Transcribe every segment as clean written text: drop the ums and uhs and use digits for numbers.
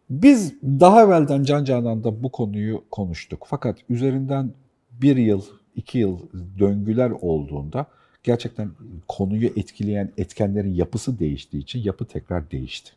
Biz daha evvelden Can Canan'da bu konuyu konuştuk. Fakat üzerinden 1 yıl, 2 yıl döngüler olduğunda gerçekten konuyu etkileyen etkenlerin yapısı değiştiği için yapı tekrar değişti.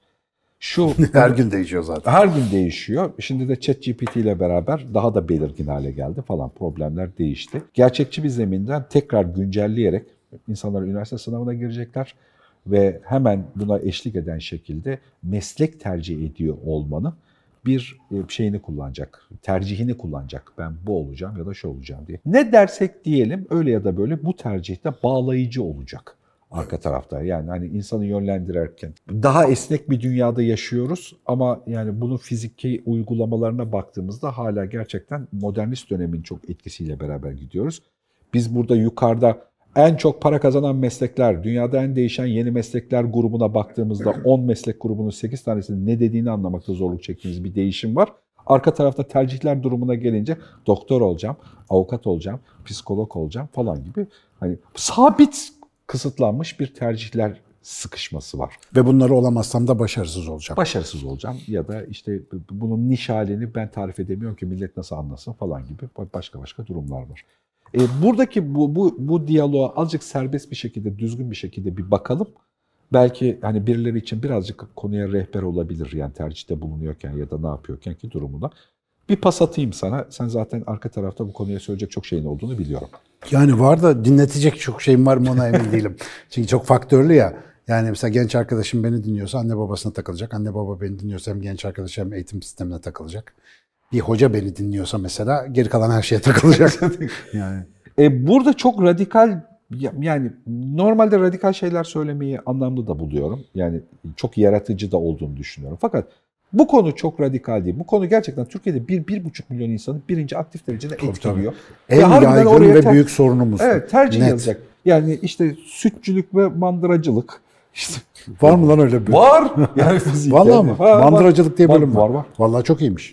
Her gün değişiyor zaten. Her gün değişiyor. Şimdi de ChatGPT ile beraber daha da belirgin hale geldi falan. Problemler değişti. Gerçekçi bir zeminden tekrar güncelleyerek insanlar üniversite sınavına girecekler ve hemen buna eşlik eden şekilde meslek tercih ediyor olmanın bir şeyini kullanacak, tercihini kullanacak. Ben bu olacağım ya da şu olacağım diye. Ne dersek diyelim öyle ya da böyle bu tercihte bağlayıcı olacak. Arka tarafta yani hani insanı yönlendirirken daha esnek bir dünyada yaşıyoruz ama yani bunun fiziki uygulamalarına baktığımızda hala gerçekten modernist dönemin çok etkisiyle beraber gidiyoruz. Biz burada yukarıda en çok para kazanan meslekler, dünyada en değişen yeni meslekler grubuna baktığımızda 10 meslek grubunun 8 tanesinin ne dediğini anlamakta zorluk çektiğimiz bir değişim var. Arka tarafta tercihler durumuna gelince doktor olacağım, avukat olacağım, psikolog olacağım falan gibi hani sabit kısıtlanmış bir tercihler sıkışması var. Ve bunları olamazsam da başarısız olacağım. Başarısız olacağım ya da işte bunun niş halini ben tarif edemiyorum ki millet nasıl anlasın falan gibi başka durumlar var. Buradaki bu diyaloğa azıcık serbest bir şekilde, düzgün bir şekilde bir bakalım. Belki hani birileri için birazcık konuya rehber olabilir yani tercihte bulunuyorken ya da ne yapıyorken ki durumuna. Bir pas atayım sana. Sen zaten arka tarafta bu konuya söyleyecek çok şeyin olduğunu biliyorum. Yani var da dinletecek çok şeyim var mı ona emin değilim. Çünkü çok faktörlü ya. Yani mesela genç arkadaşım beni dinliyorsa anne babasına takılacak. Anne baba beni dinliyorsa hem genç arkadaşım hem eğitim sistemine takılacak. Bir hoca beni dinliyorsa mesela geri kalan her şeye takılacak. Yani. Burada çok radikal yani normalde radikal şeyler söylemeyi anlamlı da buluyorum. Yani çok yaratıcı da olduğunu düşünüyorum. Fakat bu konu çok radikal değil. Bu konu gerçekten Türkiye'de 1,5 milyon insanın birinci aktif derecede etkiliyor. En yaygın ve büyük sorunumuz. Evet, tercih yazacak. Yani işte sütçülük ve mandıracılık. İşte, var mı lan öyle bir? Var. Yani fizik. Vallahi yani. mı? Mandıracılık diye bölüm var. Vallahi çok iyiymiş.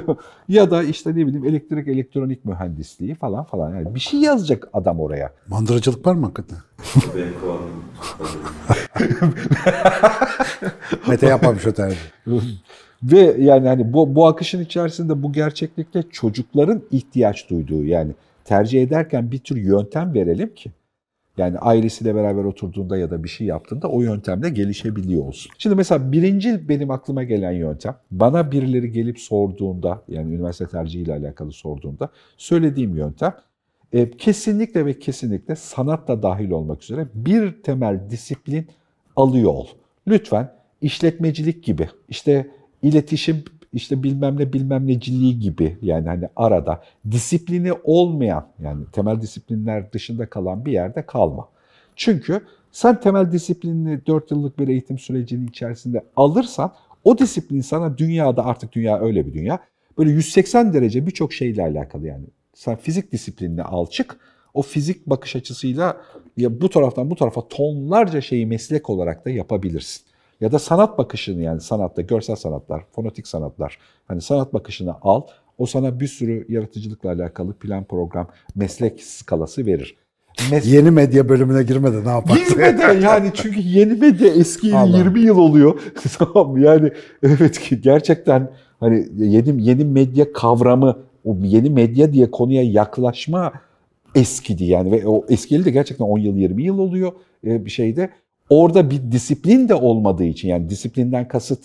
Ya da işte ne bileyim elektrik elektronik mühendisliği falan. Yani bir şey yazacak adam oraya. Mandıracılık var mı hakikaten? Mete yapmamış o tercih. Ve yani hani bu akışın içerisinde bu gerçeklikte çocukların ihtiyaç duyduğu yani tercih ederken bir tür yöntem verelim ki yani ailesiyle beraber oturduğunda ya da bir şey yaptığında o yöntemle gelişebiliyor olsun. Şimdi mesela birinci benim aklıma gelen yöntem bana birileri gelip sorduğunda yani üniversite tercihiyle alakalı sorduğunda söylediğim yöntem kesinlikle ve kesinlikle sanat da dahil olmak üzere bir temel disiplin alıyor ol. Lütfen işletmecilik gibi işte iletişim işte bilmem neciliği gibi yani hani arada disiplini olmayan yani temel disiplinler dışında kalan bir yerde kalma. Çünkü sen temel disiplinini 4 yıllık bir eğitim sürecinin içerisinde alırsan o disiplin sana dünyada artık dünya öyle bir dünya böyle 180 derece birçok şeyle alakalı yani. Sen fizik disiplinini al çık o fizik bakış açısıyla ya bu taraftan bu tarafa tonlarca şeyi meslek olarak da yapabilirsin. Ya da sanat bakışını yani sanatta, görsel sanatlar, fonetik sanatlar. Hani sanat bakışını al, o sana bir sürü yaratıcılıkla alakalı plan, program, meslek skalası verir. Yeni medya bölümüne girmeden ne yaparsın? Girmeden yani çünkü yeni medya eski 20 yıl oluyor. Tamam yani evet ki gerçekten hani yeni medya kavramı, o yeni medya diye konuya yaklaşma eskidi yani ve o eskili de gerçekten 10 yıl 20 yıl oluyor bir şeyde. Orada bir disiplin de olmadığı için yani disiplinden kasıt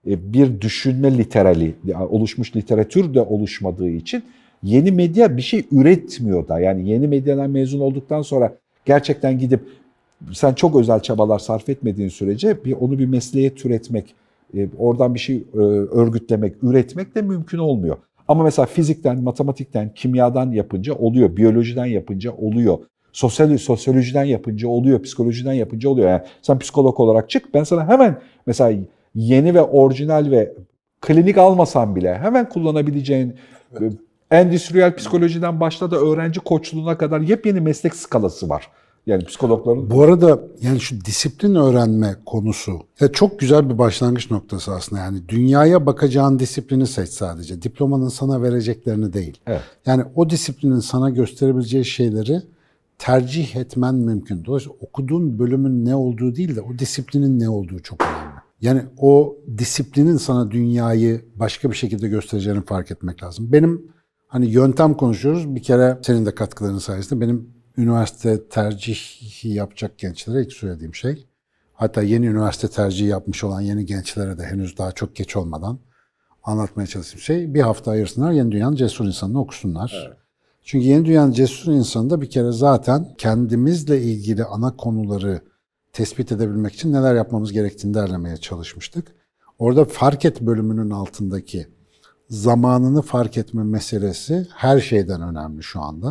bir düşünme literali, oluşmuş literatür de oluşmadığı için yeni medya bir şey üretmiyor da. Yani yeni medyadan mezun olduktan sonra gerçekten gidip sen çok özel çabalar sarf etmediğin sürece onu bir mesleğe türetmek, oradan bir şey örgütlemek, üretmek de mümkün olmuyor. Ama mesela fizikten, matematikten, kimyadan yapınca oluyor, biyolojiden yapınca oluyor. Sosyolojiden yapınca oluyor, psikolojiden yapınca oluyor. Yani sen psikolog olarak çık, ben sana hemen mesela yeni ve orijinal ve klinik almasan bile hemen kullanabileceğin endüstriyel psikolojiden başla da öğrenci koçluğuna kadar yepyeni meslek skalası var. Yani psikologların... Bu arada yani şu disiplin öğrenme konusu çok güzel bir başlangıç noktası aslında. Yani dünyaya bakacağın disiplini seç sadece. Diplomanın sana vereceklerini değil. Evet. Yani o disiplinin sana gösterebileceği şeyleri tercih etmen mümkün. Dolayısıyla okuduğun bölümün ne olduğu değil de o disiplinin ne olduğu çok önemli. Yani o disiplinin sana dünyayı başka bir şekilde göstereceğini fark etmek lazım. Benim hani yöntem konuşuyoruz. Bir kere senin de katkıların sayesinde benim üniversite tercihi yapacak gençlere ilk söylediğim şey, hatta yeni üniversite tercihi yapmış olan yeni gençlere de henüz daha çok geç olmadan anlatmaya çalıştığım şey, bir hafta ayırsınlar Yeni Dünya'nın Cesur İnsanı'nı okusunlar. Evet. Çünkü Yeni Dünya'nın Cesur İnsanı'nda bir kere zaten kendimizle ilgili ana konuları tespit edebilmek için neler yapmamız gerektiğini derlemeye çalışmıştık. Orada fark et bölümünün altındaki zamanını fark etme meselesi her şeyden önemli şu anda.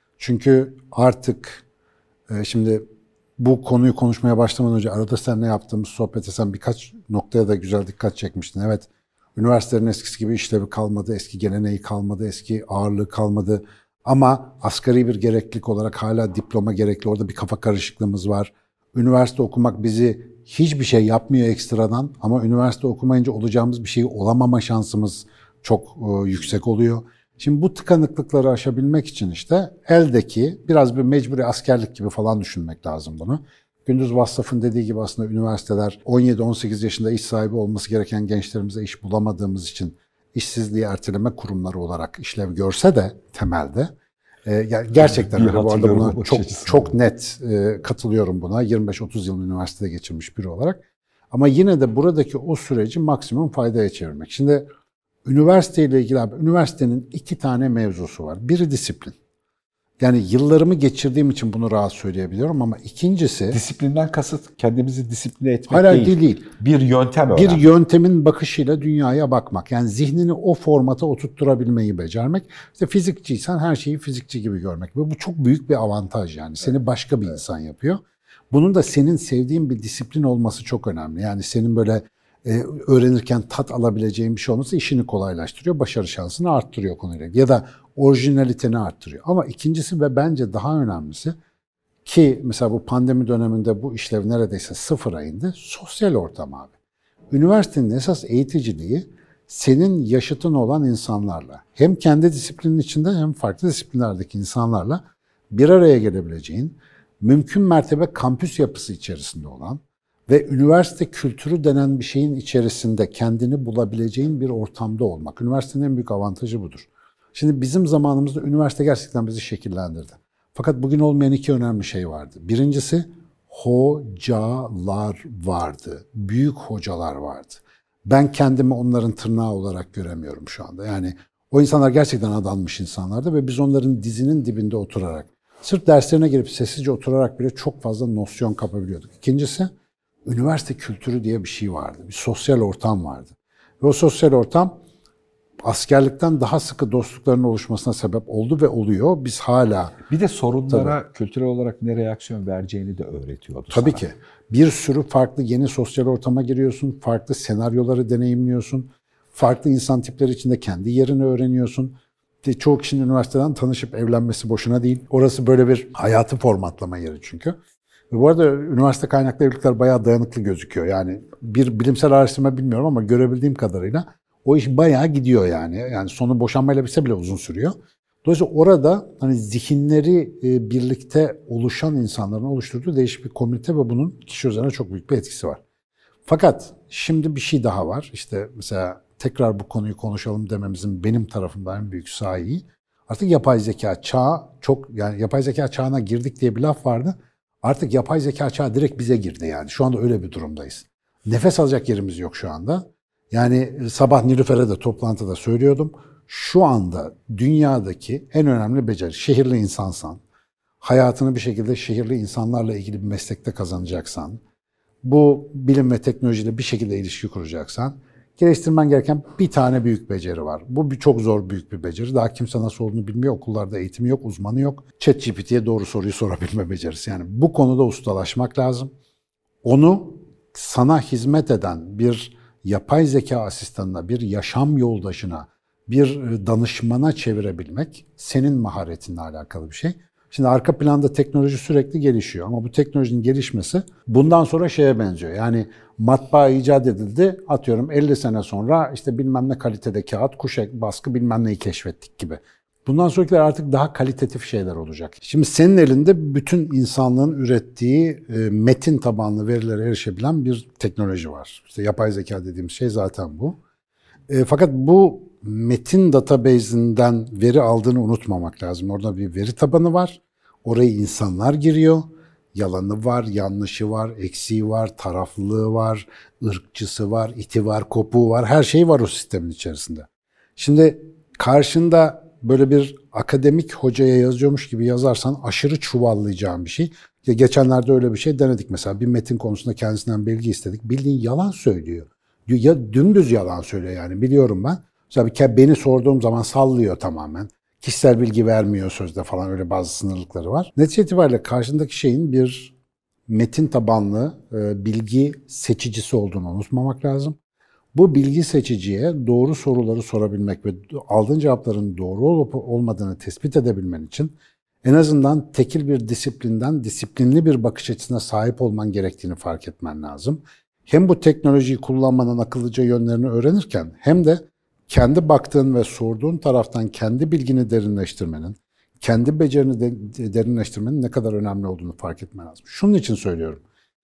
Çünkü artık şimdi bu konuyu konuşmaya başlamadan önce arada seninle yaptığımız sohbete sen birkaç noktaya da güzel dikkat çekmiştin. Evet, üniversitelerin eskisi gibi işlevi kalmadı, eski geleneği kalmadı, eski ağırlığı kalmadı. Ama asgari bir gereklilik olarak hala diploma gerekli. Orada bir kafa karışıklığımız var. Üniversite okumak bizi hiçbir şey yapmıyor ekstradan. Ama üniversite okumayınca olacağımız bir şeyi olamama şansımız çok yüksek oluyor. Şimdi bu tıkanıklıkları aşabilmek için işte eldeki biraz bir mecburi askerlik gibi falan düşünmek lazım bunu. Gündüz Vassaf'ın dediği gibi aslında üniversiteler 17-18 yaşında iş sahibi olması gereken gençlerimize iş bulamadığımız için işsizliği erteleme kurumları olarak işlev görse de temelde gerçekten öyle. Bu arada buna çok net katılıyorum buna. 25-30 yıl üniversitede geçirmiş biri olarak. Ama yine de buradaki o süreci maksimum faydaya çevirmek. Şimdi üniversiteyle ilgili üniversitenin 2 tane mevzusu var. Biri disiplin. Yani yıllarımı geçirdiğim için bunu rahat söyleyebiliyorum ama ikincisi... Disiplinden kasıt kendimizi disipline etmek değil. Bir yöntem öğrenmek. Bir yöntemin bakışıyla dünyaya bakmak. Yani zihnini o formata oturtturabilmeyi becermek. İşte fizikçiysen her şeyi fizikçi gibi görmek. Ve bu çok büyük bir avantaj yani. Seni başka bir insan yapıyor. Bunun da senin sevdiğin bir disiplin olması çok önemli. Yani senin böyle öğrenirken tat alabileceğin bir şey olması işini kolaylaştırıyor. Başarı şansını arttırıyor konuyla. Ya da orijinaliteni arttırıyor. Ama ikincisi ve bence daha önemlisi ki mesela bu pandemi döneminde bu işlev neredeyse sıfıra indi. Sosyal ortam abi. Üniversitenin esas eğiticiliği senin yaşıtın olan insanlarla hem kendi disiplinin içinde hem farklı disiplinlerdeki insanlarla bir araya gelebileceğin, mümkün mertebe kampüs yapısı içerisinde olan ve üniversite kültürü denen bir şeyin içerisinde kendini bulabileceğin bir ortamda olmak. Üniversitenin en büyük avantajı budur. Şimdi bizim zamanımızda üniversite gerçekten bizi şekillendirdi. Fakat bugün olmayan 2 önemli şey vardı. Birincisi hocalar vardı. Büyük hocalar vardı. Ben kendimi onların tırnağı olarak göremiyorum şu anda. Yani o insanlar gerçekten adanmış insanlardı ve biz onların dizinin dibinde oturarak, sırf derslerine girip sessizce oturarak bile çok fazla nosyon kapabiliyorduk. İkincisi, üniversite kültürü diye bir şey vardı. Bir sosyal ortam vardı. Ve o sosyal ortam askerlikten daha sıkı dostlukların oluşmasına sebep oldu ve oluyor. Biz hala... Bir de sorunlara kültürel olarak ne reaksiyon vereceğini de öğretiyordu tabii sana. Ki. Bir sürü farklı yeni sosyal ortama giriyorsun. Farklı senaryoları deneyimliyorsun. Farklı insan tipleri içinde kendi yerini öğreniyorsun. Çoğu kişinin üniversiteden tanışıp evlenmesi boşuna değil. Orası böyle bir hayatı formatlama yeri çünkü. Ve bu arada üniversite kaynaklı evlilikler bayağı dayanıklı gözüküyor. Yani bir bilimsel araştırma bilmiyorum ama görebildiğim kadarıyla o iş bayağı gidiyor yani. Yani sonu boşanmayla bitse bile uzun sürüyor. Dolayısıyla orada hani zihinleri birlikte oluşan insanların oluşturduğu değişik bir komünite ve bunun kişi üzerine çok büyük bir etkisi var. Fakat şimdi bir şey daha var. İşte mesela tekrar bu konuyu konuşalım dememizin benim tarafımdan en büyük sahibi artık yapay zeka çağı yani yapay zeka çağına girdik diye bir laf vardı. Artık yapay zeka çağı direkt bize girdi yani. Şu anda öyle bir durumdayız. Nefes alacak yerimiz yok şu anda. Yani sabah Nilüfer'e de toplantıda söylüyordum. Şu anda dünyadaki en önemli beceri, şehirli insansan, hayatını bir şekilde şehirli insanlarla ilgili bir meslekte kazanacaksan, bu bilim ve teknolojiyle bir şekilde ilişki kuracaksan, geliştirmen gereken bir tane büyük beceri var. Bu çok zor büyük bir beceri. Daha kimse nasıl olduğunu bilmiyor. Okullarda eğitimi yok, uzmanı yok. ChatGPT'ye doğru soruyu sorabilme becerisi. Yani bu konuda ustalaşmak lazım. Onu sana hizmet eden bir yapay zeka asistanına, bir yaşam yoldaşına, bir danışmana çevirebilmek senin maharetinle alakalı bir şey. Şimdi arka planda teknoloji sürekli gelişiyor ama bu teknolojinin gelişmesi bundan sonra şeye benziyor. Yani matbaa icat edildi, atıyorum 50 sene sonra işte bilmem ne kalitede kağıt, kuşak baskı bilmem neyi keşfettik gibi. Bundan sonrakiler artık daha kalitatif şeyler olacak. Şimdi senin elinde bütün insanlığın ürettiği metin tabanlı verilere erişebilen bir teknoloji var. İşte yapay zeka dediğimiz şey zaten bu. Fakat bu metin database'inden veri aldığını unutmamak lazım. Orada bir veri tabanı var. Oraya insanlar giriyor. Yalanı var, yanlışı var, eksiği var, taraflılığı var, ırkçısı var, iti var, kopuğu var. Her şey var o sistemin içerisinde. Şimdi karşında böyle bir akademik hocaya yazıyormuş gibi yazarsan aşırı çuvallayacağın bir şey. Ya geçenlerde öyle bir şey denedik mesela. Bir metin konusunda kendisinden bilgi istedik. Bildiğin yalan söylüyor. Ya dümdüz yalan söylüyor yani biliyorum ben. Mesela beni sorduğum zaman sallıyor tamamen. Kişisel bilgi vermiyor sözde falan öyle bazı sınırlıkları var. Netice itibariyle karşındaki şeyin bir metin tabanlı bilgi seçicisi olduğunu unutmamak lazım. Bu bilgi seçiciye doğru soruları sorabilmek ve aldığın cevapların doğru olup olmadığını tespit edebilmen için en azından tekil bir disiplinden disiplinli bir bakış açısına sahip olman gerektiğini fark etmen lazım. Hem bu teknolojiyi kullanmanın akıllıca yönlerini öğrenirken hem de kendi baktığın ve sorduğun taraftan kendi bilgini derinleştirmenin, kendi becerini derinleştirmenin ne kadar önemli olduğunu fark etmen lazım. Şunun için söylüyorum.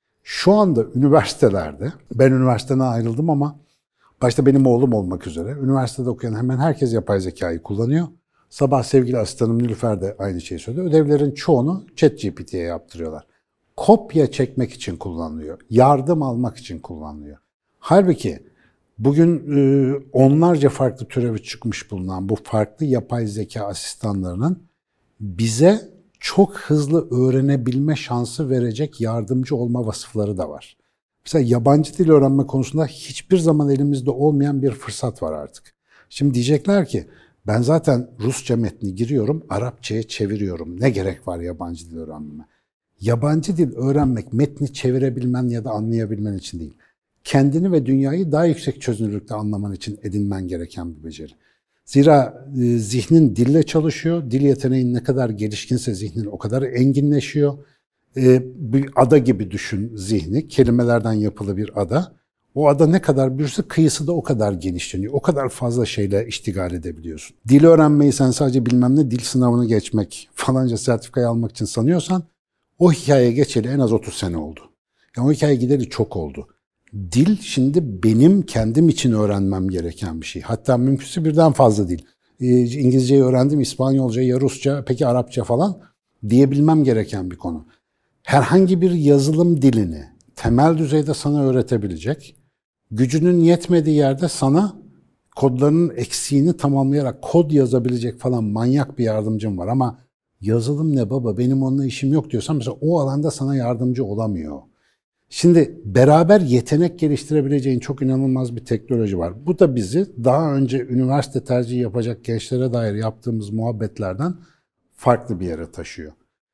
Şu anda üniversitelerde, ben üniversiteden ayrıldım ama başta benim oğlum olmak üzere üniversitede okuyan hemen herkes yapay zekayı kullanıyor. Sabah sevgili asistanım Nilüfer de aynı şeyi söyledi. Ödevlerin çoğunu ChatGPT'ye yaptırıyorlar. Kopya çekmek için kullanılıyor. Yardım almak için kullanılıyor. Halbuki bugün onlarca farklı türevi çıkmış bulunan bu farklı yapay zeka asistanlarının bize çok hızlı öğrenebilme şansı verecek yardımcı olma vasıfları da var. Mesela yabancı dil öğrenme konusunda hiçbir zaman elimizde olmayan bir fırsat var artık. Şimdi diyecekler ki ben zaten Rusça metni giriyorum, Arapçaya çeviriyorum. Ne gerek var yabancı dil öğrenmeme? Yabancı dil öğrenmek metni çevirebilmen ya da anlayabilmen için değil. Kendini ve dünyayı daha yüksek çözünürlükte anlaman için edinmen gereken bir beceri. Zira zihnin dille çalışıyor. Dil yeteneğin ne kadar gelişkinse zihnin o kadar enginleşiyor. Bir ada gibi düşün zihni. Kelimelerden yapılı bir ada. O ada ne kadar büyürse kıyısı da o kadar genişleniyor. O kadar fazla şeyle iştigal edebiliyorsun. Dil öğrenmeyi sen sadece bilmem ne dil sınavını geçmek, falanca sertifikayı almak için sanıyorsan o hikaye geçeli en az 30 sene oldu. Yani o hikaye gideri çok oldu. Dil şimdi benim kendim için öğrenmem gereken bir şey. Hatta mümkünse birden fazla dil. İngilizceyi öğrendim, İspanyolca, ya Rusça, peki Arapça falan diyebilmem gereken bir konu. Herhangi bir yazılım dilini temel düzeyde sana öğretebilecek, gücünün yetmediği yerde sana kodlarının eksiğini tamamlayarak kod yazabilecek falan manyak bir yardımcım var ama yazılım ne baba benim onunla işim yok diyorsan mesela o alanda sana yardımcı olamıyor. Şimdi beraber yetenek geliştirebileceğin çok inanılmaz bir teknoloji var. Bu da bizi daha önce üniversite tercihi yapacak gençlere dair yaptığımız muhabbetlerden farklı bir yere taşıyor.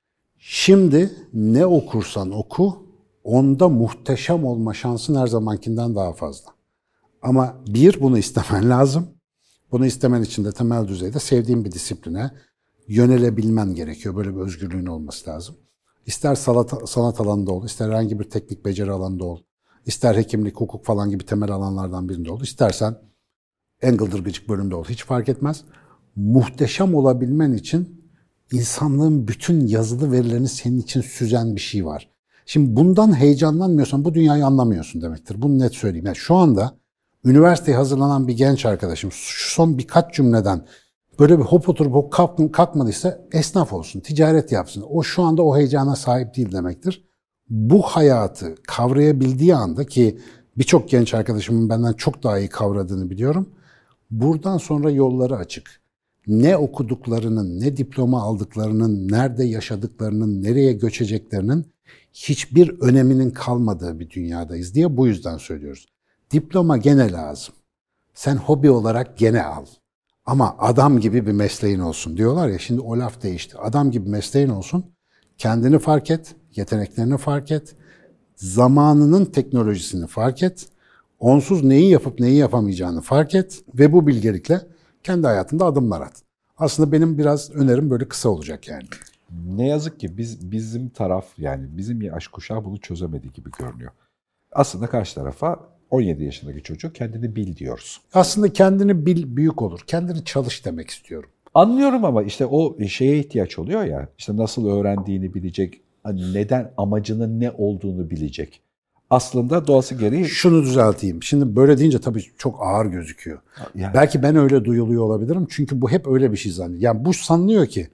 Şimdi ne okursan oku, onda muhteşem olma şansın her zamankinden daha fazla. Ama bunu istemen lazım. Bunu istemen için de temel düzeyde sevdiğin bir disipline yönelebilmen gerekiyor. Böyle bir özgürlüğün olması lazım. İster sanat alanında ol, ister herhangi bir teknik beceri alanında ol, ister hekimlik, hukuk falan gibi temel alanlardan birinde ol, istersen en gıcık bölümde ol, hiç fark etmez. Muhteşem olabilmen için insanlığın bütün yazılı verilerini senin için süzen bir şey var. Şimdi bundan heyecanlanmıyorsan bu dünyayı anlamıyorsun demektir. Bunu net söyleyeyim. Yani şu anda üniversiteye hazırlanan bir genç arkadaşım şu son birkaç cümleden böyle bir hop oturup hop kalkmadıysa esnaf olsun, ticaret yapsın. O şu anda o heyecana sahip değil demektir. Bu hayatı kavrayabildiği anda ki birçok genç arkadaşımın benden çok daha iyi kavradığını biliyorum. Buradan sonra yolları açık. Ne okuduklarının, ne diploma aldıklarının, nerede yaşadıklarının, nereye göçeceklerinin hiçbir öneminin kalmadığı bir dünyadayız diye bu yüzden söylüyoruz. Diploma gene lazım. Sen hobi olarak gene al. Ama adam gibi bir mesleğin olsun diyorlar ya, şimdi o laf değişti. Adam gibi mesleğin olsun, kendini fark et, yeteneklerini fark et, zamanının teknolojisini fark et, onsuz neyi yapıp neyi yapamayacağını fark et ve bu bilgelikle kendi hayatında adımlar at. Aslında benim biraz önerim böyle kısa olacak yani. Ne yazık ki bizim taraf yani bizim yaş kuşağı bunu çözemediği gibi görünüyor. Aslında karşı tarafa 17 yaşındaki çocuğu kendini bil diyoruz. Aslında kendini bil büyük olur. Kendini çalış demek istiyorum. Anlıyorum ama işte o şeye ihtiyaç oluyor ya, işte nasıl öğrendiğini bilecek, hani neden, amacının ne olduğunu bilecek. Aslında doğası gereği... Şunu düzelteyim. Şimdi böyle deyince tabii çok ağır gözüküyor. Yani, Belki ben öyle duyuluyor olabilirim. Çünkü bu hep öyle bir şey zannediyor. Yani bu sanılıyor ki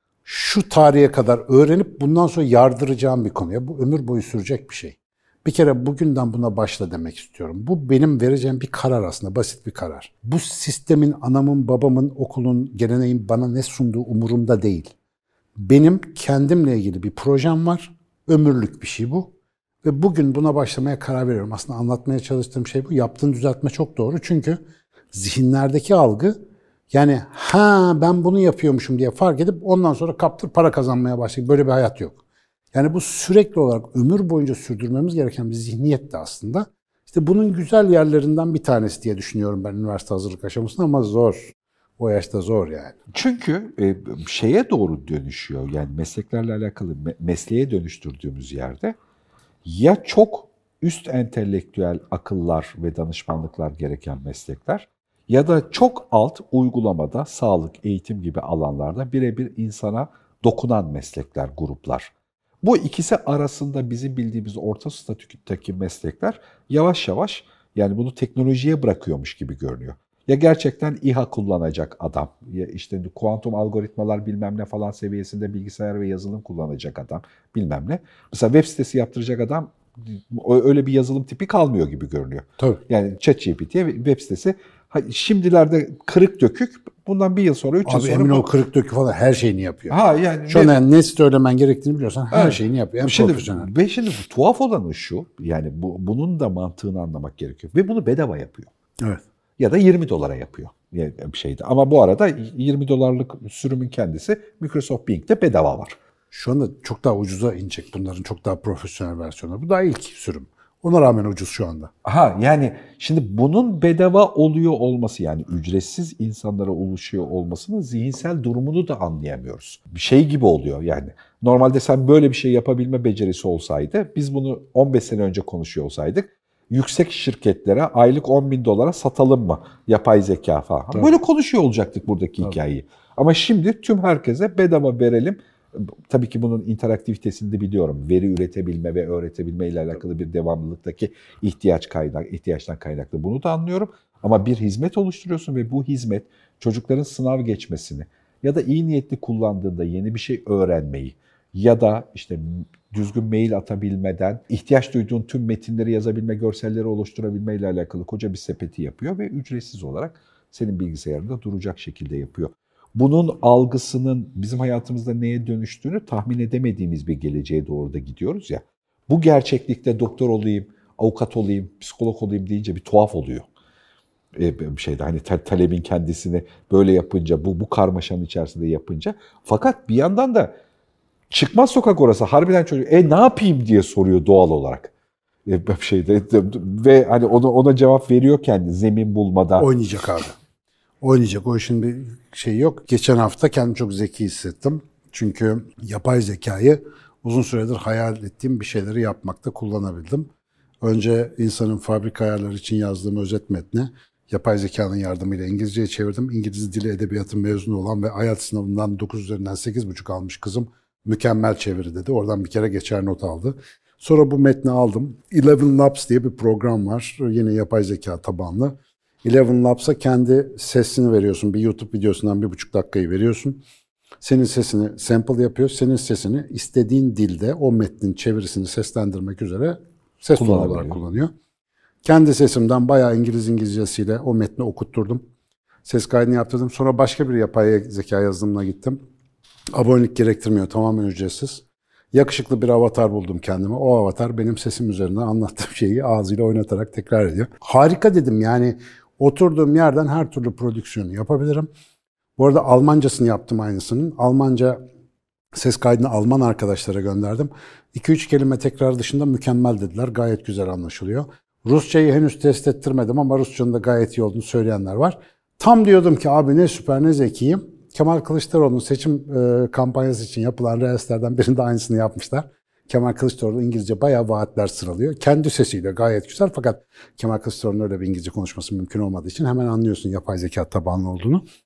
şu tarihe kadar öğrenip bundan sonra yardıracağım bir konuya. Bu ömür boyu sürecek bir şey. Bir kere bugünden buna başla demek istiyorum. Bu benim vereceğim bir karar aslında, basit bir karar. Bu sistemin, anamın, babamın, okulun, geleneğin bana ne sunduğu umurumda değil. Benim kendimle ilgili bir projem var. Ömürlük bir şey bu. Ve bugün buna başlamaya karar veriyorum. Aslında anlatmaya çalıştığım şey bu. Yaptığın düzeltme çok doğru. Çünkü zihinlerdeki algı, yani ben bunu yapıyormuşum diye fark edip ondan sonra kaptır para kazanmaya başlayıp böyle bir hayat yok. Yani bu sürekli olarak ömür boyunca sürdürmemiz gereken bir zihniyet de aslında. İşte bunun güzel yerlerinden bir tanesi diye düşünüyorum ben üniversite hazırlık aşamasında, ama zor. O yaşta zor yani. çünkü şeye doğru dönüşüyor. Yani mesleklerle alakalı mesleğe dönüştürdüğümüz yerde ya çok üst entelektüel akıllar ve danışmanlıklar gereken meslekler ya da çok alt uygulamada sağlık, eğitim gibi alanlarda birebir insana dokunan meslekler, gruplar. Bu ikisi arasında bizim bildiğimiz orta statüdeki meslekler yavaş yavaş, yani bunu teknolojiye bırakıyormuş gibi görünüyor. Ya gerçekten İHA kullanacak adam, ya işte kuantum algoritmalar bilmem ne falan seviyesinde bilgisayar ve yazılım kullanacak adam, bilmem ne. Mesela web sitesi yaptıracak adam, öyle bir yazılım tipi kalmıyor gibi görünüyor. Tabii. Yani ChatGPT'ye web sitesi şimdilerde kırık dökük, bundan bir yıl sonra, 3 yıl Abi sonra... emin ol, kırık dökü falan her şeyini yapıyor. Yani şu an yani ne söylemen gerektiğini biliyorsan her şeyini yapıyor. En profesyonel. Ve şimdi tuhaf olanı şu, yani bunun da mantığını anlamak gerekiyor. Ve bunu bedava yapıyor. Evet. Ya da 20 dolara yapıyor bir şeyde. Ama bu arada 20 dolarlık sürümün kendisi Microsoft Bing'de bedava var. Şu anda çok daha ucuza inecek bunların, çok daha profesyonel versiyonları. Bu daha ilk sürüm. Ona rağmen ucuz şu anda. Yani şimdi bunun bedava oluyor olması, yani ücretsiz insanlara ulaşıyor olmasının zihinsel durumunu da anlayamıyoruz. Bir şey gibi oluyor yani. Normalde sen böyle bir şey yapabilme becerisi olsaydı, biz bunu 15 sene önce konuşuyor olsaydık, yüksek şirketlere aylık 10 bin dolara satalım mı yapay zeka falan. Tabii. Böyle konuşuyor olacaktık buradaki hikayeyi. Ama şimdi tüm herkese bedava verelim. Tabii ki bunun interaktivitesini de biliyorum. Veri üretebilme ve öğretebilme ile alakalı bir devamlılıktaki ihtiyaçtan kaynaklı. Bunu da anlıyorum. Ama bir hizmet oluşturuyorsun ve bu hizmet çocukların sınav geçmesini ya da iyi niyetli kullandığında yeni bir şey öğrenmeyi ya da işte düzgün mail atabilmeden ihtiyaç duyduğun tüm metinleri yazabilme, görselleri oluşturabilme ile alakalı koca bir sepeti yapıyor ve ücretsiz olarak senin bilgisayarında duracak şekilde yapıyor. Bunun algısının bizim hayatımızda neye dönüştüğünü tahmin edemediğimiz bir geleceğe doğru da gidiyoruz ya. Bu gerçeklikte doktor olayım, avukat olayım, psikolog olayım deyince bir tuhaf oluyor. Bir şeyde hani talebin kendisini böyle yapınca, bu karmaşanın içerisinde yapınca. Fakat bir yandan da çıkmaz sokak orası. Harbiden çocuk ne yapayım diye soruyor doğal olarak. Bir şeyde ve hani ona cevap veriyor kendi zemin bulmadan. Oynayacak abi. Oynayacak. O işin bir şeyi yok. Geçen hafta kendimi çok zeki hissettim. Çünkü yapay zekayı uzun süredir hayal ettiğim bir şeyleri yapmakta kullanabildim. Önce insanın fabrika ayarları için yazdığım özet metni yapay zekanın yardımıyla İngilizceye çevirdim. İngiliz Dili Edebiyatı mezunu olan ve IELTS sınavından 9 üzerinden 8,5 almış kızım mükemmel çeviri dedi. Oradan bir kere geçer not aldı. Sonra bu metni aldım. Eleven Labs diye bir program var. Yine yapay zeka tabanlı. Eleven Labs'a kendi sesini veriyorsun. Bir YouTube videosundan 1,5 dakikayı veriyorsun. Senin sesini sample yapıyor. Senin sesini istediğin dilde o metnin çevirisini seslendirmek üzere ses tonu olarak kullanıyor. Kendi sesimden bayağı İngilizcesiyle o metni okutturdum. Ses kaydını yaptırdım. Sonra başka bir yapay zeka yazılımına gittim. Abonelik gerektirmiyor. Tamamen ücretsiz. Yakışıklı bir avatar buldum kendime. O avatar benim sesim üzerine anlattığım şeyi ağzıyla oynatarak tekrar ediyor. Harika dedim yani. Oturduğum yerden her türlü prodüksiyonu yapabilirim. Bu arada Almancasını yaptım aynısının. Almanca ses kaydını Alman arkadaşlara gönderdim. 2-3 kelime tekrar dışında mükemmel dediler. Gayet güzel anlaşılıyor. Rusçayı henüz test ettirmedim ama Rusçanın da gayet iyi olduğunu söyleyenler var. Tam diyordum ki abi ne süper ne zekiyim. Kemal Kılıçdaroğlu'nun seçim kampanyası için yapılan reelslerden birinde aynısını yapmışlar. Kemal Kılıçdaroğlu İngilizce bayağı vaatler sıralıyor. Kendi sesiyle gayet güzel fakat Kemal Kılıçdaroğlu'nun öyle bir İngilizce konuşması mümkün olmadığı için hemen anlıyorsun yapay zeka tabanlı olduğunu.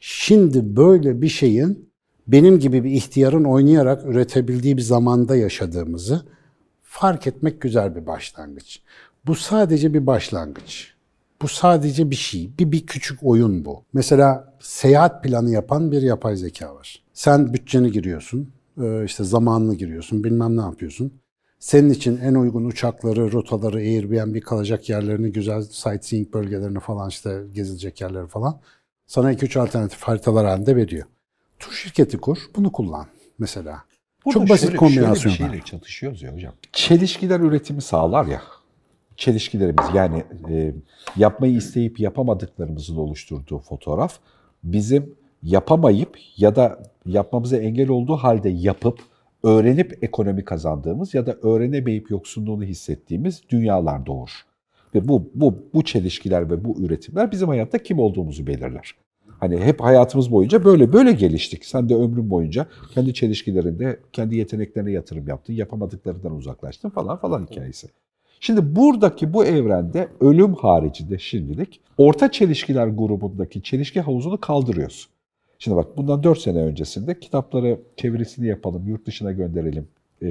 Şimdi böyle bir şeyin benim gibi bir ihtiyarın oynayarak üretebildiği bir zamanda yaşadığımızı fark etmek güzel bir başlangıç. Bu sadece bir başlangıç. Bu sadece bir şey. Bir küçük oyun bu. Mesela seyahat planı yapan bir yapay zeka var. Sen bütçeni giriyorsun, işte zamanını giriyorsun, bilmem ne yapıyorsun. Senin için en uygun uçakları, rotaları, Airbnb kalacak yerlerini, güzel sightseeing bölgelerini falan, işte gezilecek yerleri falan sana 2-3 alternatif haritalar halinde veriyor. Tur şirketi kur, bunu kullan mesela. Burada çok basit kombinasyonlar. Şöyle bir şeyle çatışıyoruz ya hocam. Çelişkiler üretimi sağlar ya. Çelişkilerimiz yani yapmayı isteyip yapamadıklarımızın oluşturduğu fotoğraf bizim yapamayıp ya da yapmamıza engel olduğu halde yapıp öğrenip ekonomi kazandığımız ya da öğrenemeyip yoksunluğunu hissettiğimiz dünyalar doğur. Ve bu çelişkiler ve bu üretimler bizim hayatta kim olduğumuzu belirler. Hani hep hayatımız boyunca böyle geliştik. Sen de ömrün boyunca kendi çelişkilerinde, kendi yeteneklerine yatırım yaptın, yapamadıklarından uzaklaştın falan hikayesi. Şimdi buradaki bu evrende ölüm haricinde şimdilik orta çelişkiler grubundaki çelişki havuzunu kaldırıyoruz. Şimdi bak bundan 4 sene öncesinde kitapları çevirisini yapalım, yurt dışına gönderelim.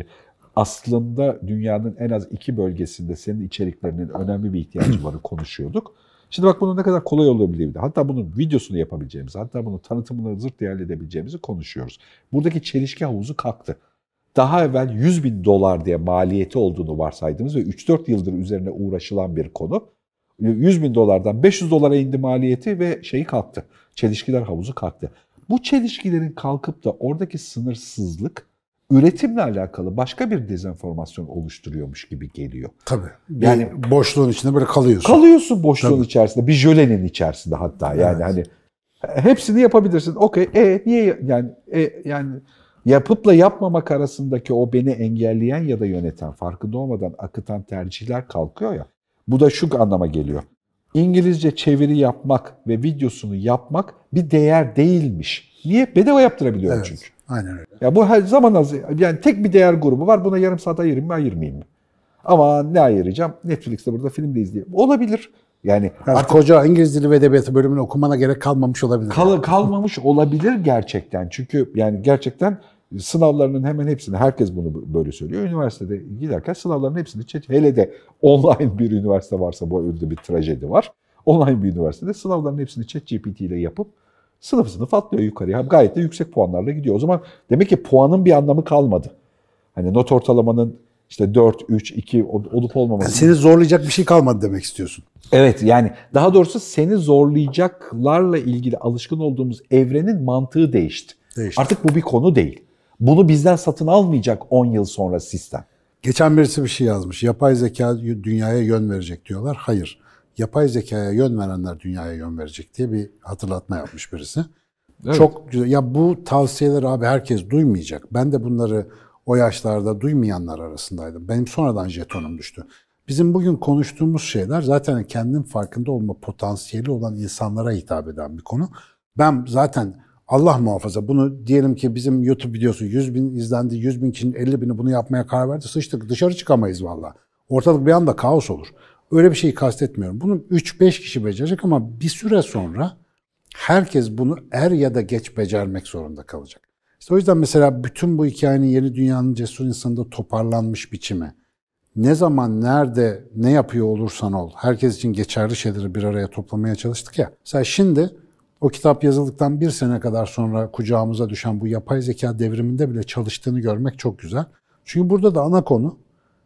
Aslında dünyanın en az 2 bölgesinde senin içeriklerinin önemli bir ihtiyacı varı konuşuyorduk. Şimdi bak bunun ne kadar kolay olabildiğini, hatta bunun videosunu yapabileceğimizi, hatta bunun tanıtımını zırt değerli edebileceğimizi konuşuyoruz. Buradaki çelişki havuzu kalktı. Daha evvel $100.000 diye maliyeti olduğunu varsaydığımız ve 3-4 yıldır üzerine uğraşılan bir konu, $100.000'dan $500'a indi maliyeti ve şeyi kalktı. Çelişkiler havuzu kalktı. Bu çelişkilerin kalkıp da oradaki sınırsızlık üretimle alakalı başka bir dezenformasyon oluşturuyormuş gibi geliyor. Tabii. Yani boşluğun içinde böyle kalıyorsun. Kalıyorsun boşluğun Tabii. içerisinde, bir jölenin içerisinde hatta. Yani hani hepsini yapabilirsin. Okey. Niye yani yapıpla yapmamak arasındaki o beni engelleyen ya da yöneten, farkında olmadan akıtan tercihler kalkıyor ya. Bu da şu anlama geliyor. İngilizce çeviri yapmak ve videosunu yapmak bir değer değilmiş. Niye? Bedava yaptırabiliyorum çünkü. Aynen öyle. Ya bu her zaman az, yani tek bir değer grubu var. Buna yarım saat ayırayım mı, ayırmayayım mı? Ama ne ayıracağım? Netflix'te burada film de izleyeyim. Olabilir. Yani artık koca İngiliz Dili ve Edebiyatı bölümünü okumana gerek kalmamış olabilir. Kalmamış olabilir gerçekten. Çünkü yani gerçekten sınavlarının hemen hepsini, herkes bunu böyle söylüyor. Üniversitede giderken sınavların hepsini hele de online bir üniversite varsa bu önünde bir trajedi var. Online bir üniversitede sınavların hepsini ChatGPT ile yapıp sınıf atlıyor yukarıya. Gayet de yüksek puanlarla gidiyor. O zaman demek ki puanın bir anlamı kalmadı. Hani not ortalamanın işte 4, 3, 2 olup olmaması. Yani seni zorlayacak bir şey kalmadı demek istiyorsun. Evet, yani daha doğrusu seni zorlayacaklarla ilgili alışkın olduğumuz evrenin mantığı değişti. Artık bu bir konu değil. Bunu bizden satın almayacak 10 yıl sonra sistem. Geçen birisi bir şey yazmış. Yapay zeka dünyaya yön verecek diyorlar. Hayır. Yapay zekaya yön verenler dünyaya yön verecek diye bir hatırlatma yapmış birisi. Evet. Çok güzel. Ya bu tavsiyeleri abi herkes duymayacak. Ben de bunları o yaşlarda duymayanlar arasındaydım. Benim sonradan jetonum düştü. Bizim bugün konuştuğumuz şeyler zaten kendin farkında olma potansiyeli olan insanlara hitap eden bir konu. Ben zaten Allah muhafaza bunu diyelim ki bizim YouTube videosu 100.000 izlendi, 100.000 kişinin 50.000'i bunu yapmaya karar verdi. Sıçtık, dışarı çıkamayız valla. Ortalık bir anda kaos olur. Öyle bir şeyi kastetmiyorum. Bunu 3-5 kişi becerecek ama bir süre sonra herkes bunu er ya da geç becermek zorunda kalacak. İşte o yüzden mesela bütün bu hikayenin Yeni Dünya'nın cesur insanında toparlanmış biçimi, ne zaman, nerede, ne yapıyor olursan ol, herkes için geçerli şeyleri bir araya toplamaya çalıştık ya. Mesela şimdi o kitap yazıldıktan 1 sene kadar sonra kucağımıza düşen bu yapay zeka devriminde bile çalıştığını görmek çok güzel. Çünkü burada da ana konu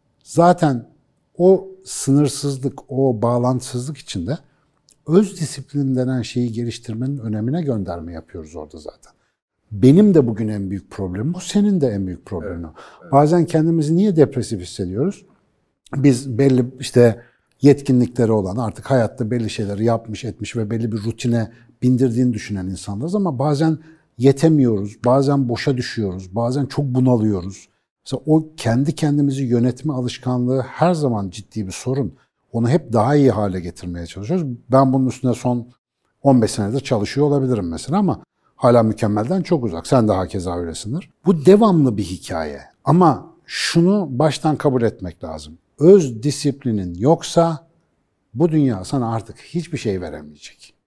zaten o sınırsızlık, o bağlantısızlık içinde öz disiplin denen şeyi geliştirmenin önemine gönderme yapıyoruz orada zaten. Benim de bugün en büyük problemim o, senin de en büyük problemin o. Evet. Bazen kendimizi niye depresif hissediyoruz? Biz belli işte yetkinlikleri olan, artık hayatta belli şeyleri yapmış etmiş ve belli bir rutine bindirdiğini düşünen insanlarız ama bazen yetemiyoruz, bazen boşa düşüyoruz, bazen çok bunalıyoruz. Mesela o kendi kendimizi yönetme alışkanlığı her zaman ciddi bir sorun. Onu hep daha iyi hale getirmeye çalışıyoruz. Ben bunun üstüne son 15 senedir çalışıyor olabilirim mesela ama hala mükemmelden çok uzak. Sen de hakeza öylesindir. Bu devamlı bir hikaye. Ama şunu baştan kabul etmek lazım. Öz disiplinin yoksa bu dünya sana artık hiçbir şey veremeyecek.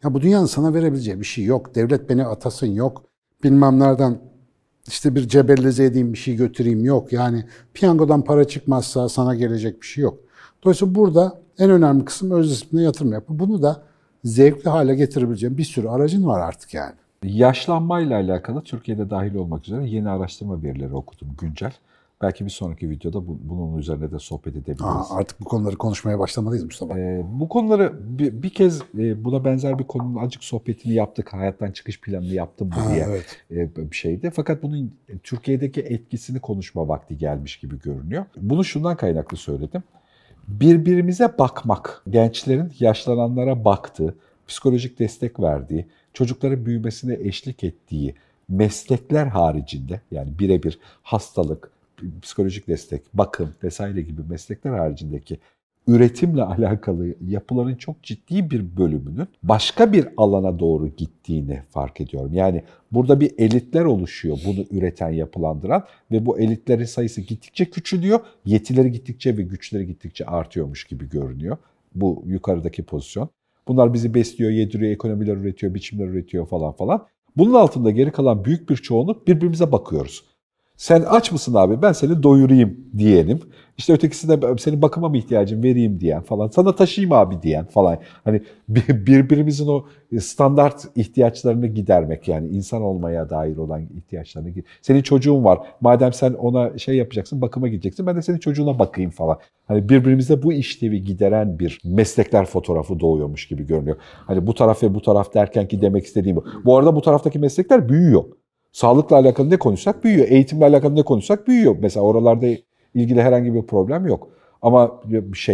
Ya bu dünyanın sana verebileceği bir şey yok. Devlet beni atasın yok. Bilmem nereden işte bir cebelleze edeyim bir şey götüreyim yok. Yani piyangodan para çıkmazsa sana gelecek bir şey yok. Dolayısıyla burada en önemli kısım öz disipline yatırım yapı. Bunu da zevkli hale getirebileceğim bir sürü aracın var artık yani. Yaşlanmayla alakalı Türkiye'de dahil olmak üzere yeni araştırma verileri okudum güncel. Belki bir sonraki videoda bunun üzerine de sohbet edebiliriz. Artık bu konuları konuşmaya başlamalıyız Mustafa. Bu konuları bir kez buna benzer bir konunun azıcık sohbetini yaptık. Hayattan çıkış planını yaptım mı diye Evet. Bir şeydi. Fakat bunun Türkiye'deki etkisini konuşma vakti gelmiş gibi görünüyor. Bunu şundan kaynaklı söyledim. Birbirimize bakmak, gençlerin yaşlananlara baktığı, psikolojik destek verdiği, çocukların büyümesine eşlik ettiği meslekler haricinde, yani birebir hastalık, psikolojik destek, bakım vesaire gibi meslekler haricindeki üretimle alakalı yapıların çok ciddi bir bölümünün başka bir alana doğru gittiğini fark ediyorum. Yani burada bir elitler oluşuyor bunu üreten, yapılandıran ve bu elitlerin sayısı gittikçe küçülüyor, yetileri gittikçe ve güçleri gittikçe artıyormuş gibi görünüyor bu yukarıdaki pozisyon. Bunlar bizi besliyor, yediriyor, ekonomiler üretiyor, biçimler üretiyor falan falan. Bunun altında geri kalan büyük bir çoğunluk birbirimize bakıyoruz. Sen aç mısın abi, ben seni doyurayım diyelim. İşte ötekisi de senin bakıma mı ihtiyacın vereyim diyen falan. Sana taşıyayım abi diyen falan. Hani birbirimizin o standart ihtiyaçlarını gidermek, yani insan olmaya dair olan ihtiyaçlarını. Senin çocuğun var. Madem sen ona şey yapacaksın, bakıma gideceksin. Ben de senin çocuğuna bakayım falan. Hani birbirimize bu işlevi gideren bir meslekler fotoğrafı doğuyormuş gibi görünüyor. Hani bu taraf ve bu taraf derken ki demek istediğim bu. Bu arada bu taraftaki meslekler büyüyor. Sağlıkla alakalı ne konuşsak büyüyor. Eğitimle alakalı ne konuşsak büyüyor. Mesela oralarda ilgili herhangi bir problem yok. Ama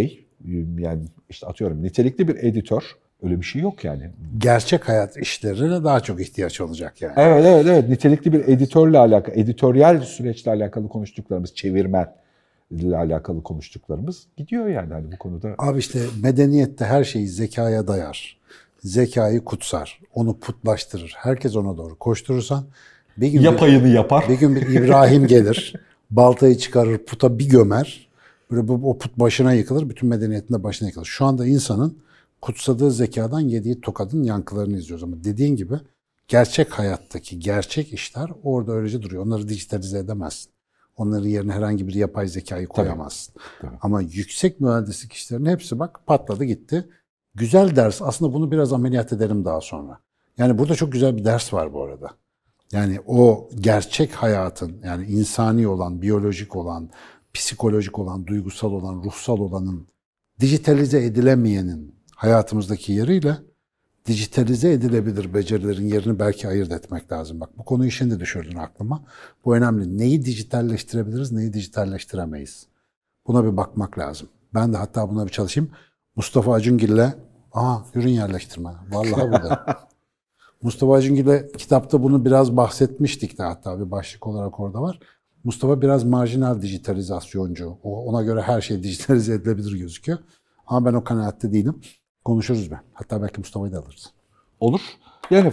yani işte atıyorum nitelikli bir editör, öyle bir şey yok yani. Gerçek hayat işlerine daha çok ihtiyaç olacak yani. Evet. Nitelikli bir editörle alakalı, editoryal süreçle alakalı konuştuklarımız, çevirmenle alakalı konuştuklarımız gidiyor yani hani bu konuda. Abi işte medeniyette her şeyi zekaya dayar. Zekayı kutsar. Onu putlaştırır. Herkes ona doğru koşturursan bir gün Yapayını yapar. Bir gün bir İbrahim gelir. Baltayı çıkarır, puta bir gömer. Böyle o put başına yıkılır. Bütün medeniyetin de başına yıkılır. Şu anda insanın kutsadığı zekadan yediği tokadın yankılarını izliyoruz. Ama dediğin gibi gerçek hayattaki gerçek işler orada öylece duruyor. Onları dijitalize edemezsin. Onların yerine herhangi bir yapay zekayı koyamazsın. Tabii. Ama yüksek mühendislik işlerinin hepsi bak patladı gitti. Güzel ders. Aslında bunu biraz ameliyat edelim daha sonra. Yani burada çok güzel bir ders var bu arada. Yani o gerçek hayatın, yani insani olan, biyolojik olan, psikolojik olan, duygusal olan, ruhsal olanın dijitalize edilemeyenin hayatımızdaki yeriyle dijitalize edilebilir becerilerin yerini belki ayırt etmek lazım. Bak bu konuyu şimdi düşürdün aklıma. Bu önemli. Neyi dijitalleştirebiliriz, neyi dijitalleştiremeyiz? Buna bir bakmak lazım. Ben de hatta buna bir çalışayım. Mustafa Acungil'le, ürün yerleştirme. Vallahi burada. Mustafa Acungil'le kitapta bunu biraz bahsetmiştik de, hatta bir başlık olarak orada var. Mustafa biraz marjinal dijitalizasyoncu. Ona göre her şey dijitalize edilebilir gözüküyor. Ama ben o kanaatte değilim. Konuşuruz ben. Hatta belki Mustafa'yı da alırız. Olur. Yani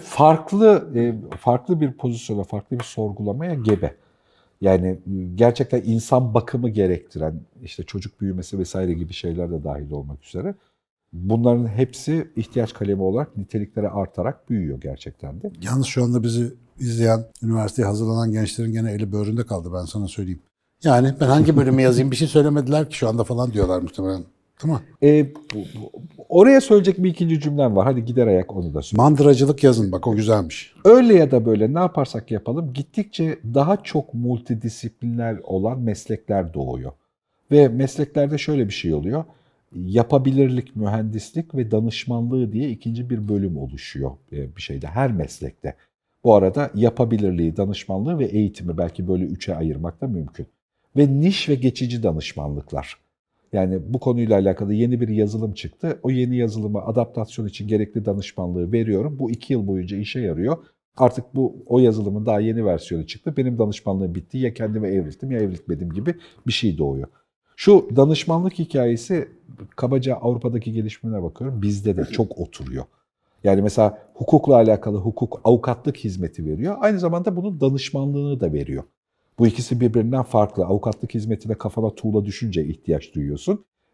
farklı bir pozisyona, farklı bir sorgulamaya gebe. Yani gerçekten insan bakımı gerektiren, işte çocuk büyümesi vesaire gibi şeyler de dahil olmak üzere. Bunların hepsi ihtiyaç kalemi olarak niteliklere artarak büyüyor gerçekten de. Yalnız şu anda bizi izleyen, üniversiteye hazırlanan gençlerin gene eli böğründe kaldı, ben sana söyleyeyim. Yani ben hangi bölümü yazayım bir şey söylemediler ki şu anda falan diyorlar muhtemelen. Değil mi? Oraya söyleyecek bir ikinci cümlem var. Hadi gider ayak onu da söyle. Mandıracılık yazın bak, o güzelmiş. Öyle ya da böyle ne yaparsak yapalım gittikçe daha çok multidisipliner olan meslekler doğuyor. Ve mesleklerde şöyle bir şey oluyor. Yapabilirlik, mühendislik ve danışmanlığı diye ikinci bir bölüm oluşuyor bir şeyde, her meslekte. Bu arada yapabilirliği, danışmanlığı ve eğitimi belki böyle üçe ayırmak da mümkün. Ve niş ve geçici danışmanlıklar. Yani bu konuyla alakalı yeni bir yazılım çıktı. O yeni yazılıma adaptasyon için gerekli danışmanlığı veriyorum. Bu 2 yıl boyunca işe yarıyor. Artık o yazılımın daha yeni versiyonu çıktı. Benim danışmanlığım bitti. Ya kendime evrildim ya evrilmedim gibi bir şey doğuyor. Şu danışmanlık hikayesi kabaca Avrupa'daki gelişmelere bakıyorum. Bizde de çok oturuyor. Yani mesela hukukla alakalı avukatlık hizmeti veriyor. Aynı zamanda bunun danışmanlığını da veriyor. Bu ikisi birbirinden farklı. Avukatlık hizmetine kafana tuğla düşünce ihtiyaç duyuyorsun.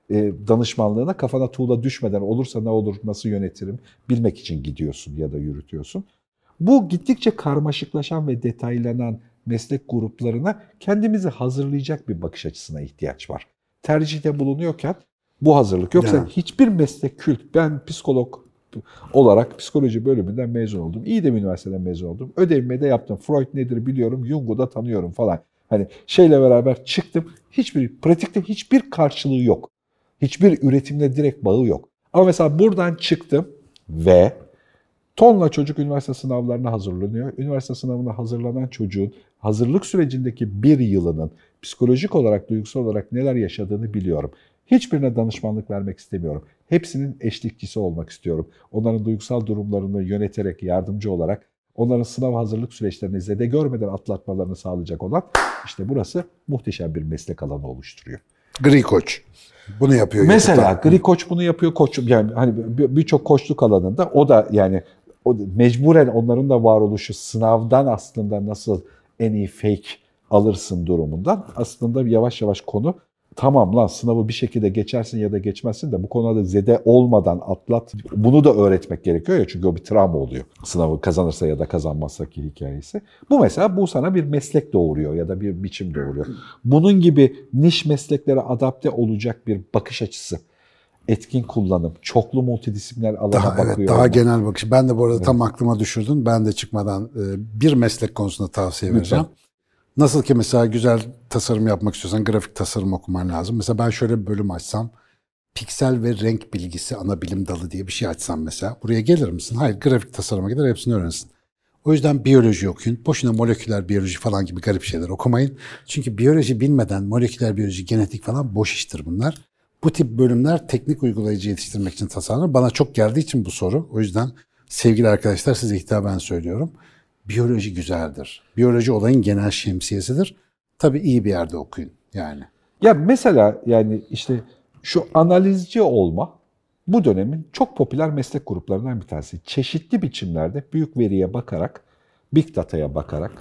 danışmanlığına kafana tuğla düşmeden olursa ne olur, nasıl yönetirim bilmek için gidiyorsun ya da yürütüyorsun. Bu gittikçe karmaşıklaşan ve detaylanan meslek gruplarına kendimizi hazırlayacak bir bakış açısına ihtiyaç var. Tercihte bulunuyorken bu hazırlık. Yoksa Yani. hiçbir meslek kült. Ben psikolog olarak psikoloji bölümünden mezun oldum. İyi de bir üniversiteden mezun oldum. Ödevimi de yaptım. Freud nedir biliyorum, Jung'u da tanıyorum falan. Hani şeyle beraber çıktım. Pratikte hiçbir karşılığı yok. Hiçbir üretimle direkt bağı yok. Ama mesela buradan çıktım ve tonla çocuk üniversite sınavlarına hazırlanıyor. Üniversite sınavına hazırlanan çocuğun hazırlık sürecindeki bir yılının psikolojik olarak, duygusal olarak neler yaşadığını biliyorum. Hiçbirine danışmanlık vermek istemiyorum. Hepsinin eşlikçisi olmak istiyorum. Onların duygusal durumlarını yöneterek, yardımcı olarak, onların sınav hazırlık süreçlerini zede görmeden atlatmalarını sağlayacak olan, işte burası muhteşem bir meslek alanı oluşturuyor. Gri koç bunu yapıyor. Mesela gri koç bunu yapıyor. Koç, yani hani birçok koçluk alanında o da yani mecburen onların da varoluşu sınavdan aslında nasıl en iyi fake alırsın durumundan aslında yavaş yavaş konu tamam lan sınavı bir şekilde geçersin ya da geçmezsin de bu konuda zede olmadan atlat. Bunu da öğretmek gerekiyor ya çünkü o bir travma oluyor. Sınavı kazanırsa ya da kazanmazsa ki hikayesi. Bu mesela bu sana bir meslek doğuruyor ya da bir biçim doğuruyor. Bunun gibi niş mesleklere adapte olacak bir bakış açısı. Etkin kullanım, çoklu multidisipliner alana bakıyor. Evet, daha genel bakış. Ben de bu arada tam aklıma düşürdün. Ben de çıkmadan bir meslek konusunda tavsiye vereceğim. Nasıl ki mesela güzel tasarım yapmak istiyorsan grafik tasarım okuman lazım. Mesela ben şöyle bir bölüm açsam, piksel ve renk bilgisi ana bilim dalı diye bir şey açsam mesela. Buraya gelir misin? Hayır, grafik tasarıma gider hepsini öğrenirsin. O yüzden biyoloji okuyun. Boşuna moleküler biyoloji falan gibi garip şeyler okumayın. Çünkü biyoloji bilmeden moleküler biyoloji, genetik falan boş iştir bunlar. Bu tip bölümler teknik uygulayıcı yetiştirmek için tasarlanır. Bana çok geldiği için bu soru. O yüzden sevgili arkadaşlar size hitaben söylüyorum. Biyoloji güzeldir. Biyoloji olayın genel şemsiyesidir. Tabii iyi bir yerde okuyun yani. Ya mesela yani işte şu analizci olma bu dönemin çok popüler meslek gruplarından bir tanesi. Çeşitli biçimlerde büyük veriye bakarak, big data'ya bakarak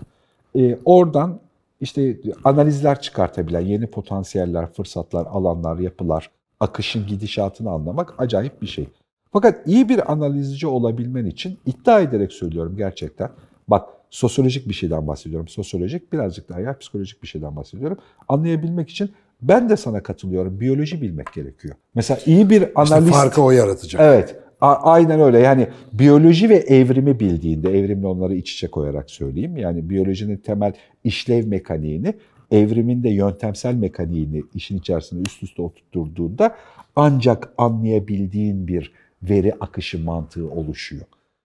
oradan işte analizler çıkartabilen yeni potansiyeller, fırsatlar, alanlar, yapılar, akışın gidişatını anlamak acayip bir şey. Fakat iyi bir analizci olabilmen için iddia ederek söylüyorum gerçekten. Bak sosyolojik bir şeyden bahsediyorum. Sosyolojik birazcık daha psikolojik bir şeyden bahsediyorum. Anlayabilmek için ben de sana katılıyorum. Biyoloji bilmek gerekiyor. Mesela iyi bir analist... İşte farkı o yaratacak. Evet. Aynen öyle. Yani biyoloji ve evrimi bildiğinde, evrimle onları iç içe koyarak söyleyeyim. Yani biyolojinin temel işlev mekaniğini, evrimin de yöntemsel mekaniğini işin içerisine üst üste oturtturduğunda ancak anlayabildiğin bir veri akışı mantığı oluşuyor.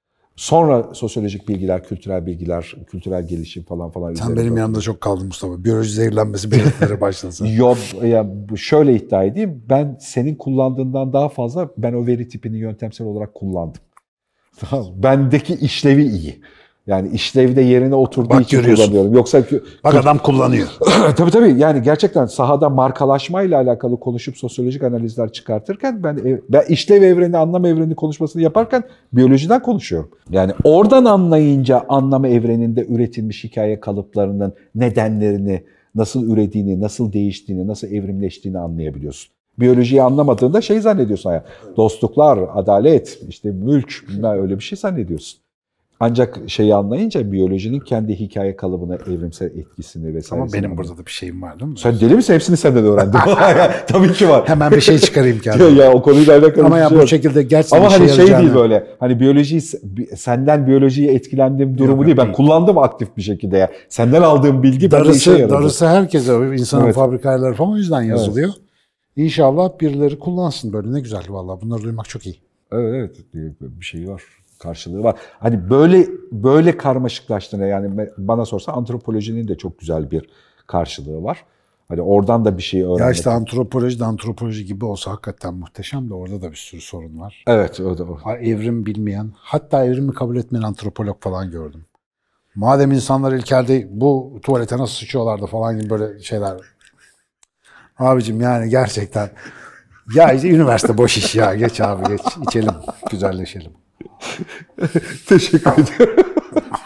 Sonra sosyolojik bilgiler, kültürel gelişim falan filan. Sen benim yanımda çok kaldın Mustafa. Biyoloji zehirlenmesi belirtileri başlasın. Yok, ya şöyle iddia edeyim. Ben senin kullandığından daha fazla ben o veri tipini yöntemsel olarak kullandım. Bendeki işlevi iyi. Yani işlevde yerine oturduğu Bak, için görüyorsun. kullanıyorum. Yoksa Bak adam kullanıyor. tabii yani gerçekten sahada markalaşmayla alakalı konuşup sosyolojik analizler çıkartırken ben işlev evreni, anlam evreni konuşmasını yaparken biyolojiden konuşuyorum. Yani oradan anlayınca anlam evreninde üretilmiş hikaye kalıplarının nedenlerini, nasıl ürediğini, nasıl değiştiğini, nasıl evrimleştiğini anlayabiliyorsun. Biyolojiyi anlamadığında şey zannediyorsun ya, dostluklar, adalet, işte mülk, öyle bir şey zannediyorsun. Ancak şeyi anlayınca biyolojinin kendi hikaye kalıbına evrimsel etkisini vesaire. Ama benim burada da bir şeyim var değil mi? Sen deli misin? Hepsini senden öğrendim. Tabii ki var. Hemen bir şey çıkarayım kendime. Ya o konuyla alakalı Ama bir ya şey bu yok. şekilde gerçekten Ama hani şey yarayacağını- değil böyle. Hani senden biyolojiye etkilendiğim durumu Yok, değil. Ben değil. kullandım aktif bir şekilde ya. Senden aldığım bilgi bende işe yaradı. Darısı herkese, insanın Evet. fabrikaları falan o yüzden yazılıyor. İnşallah birileri kullansın böyle, ne güzel vallahi. Bunları duymak çok iyi. Evet bir şey var. Karşılığı var. Hani böyle karmaşıklaştığında yani bana sorsa antropolojinin de çok güzel bir karşılığı var. Hani oradan da bir şey öğrenmek. Ya işte antropoloji de antropoloji gibi olsa hakikaten muhteşem de orada da bir sürü sorun var. Evet o da o. Evrim bilmeyen, hatta evrimi kabul etmeyen antropolog falan gördüm. Madem insanlar ilkelde bu tuvalete nasıl sıçıyorlardı falan gibi böyle şeyler. Abicim yani gerçekten. Ya işte üniversite boş iş ya. Geç abi geç. İçelim, güzelleşelim. Teşekkür ediyorum.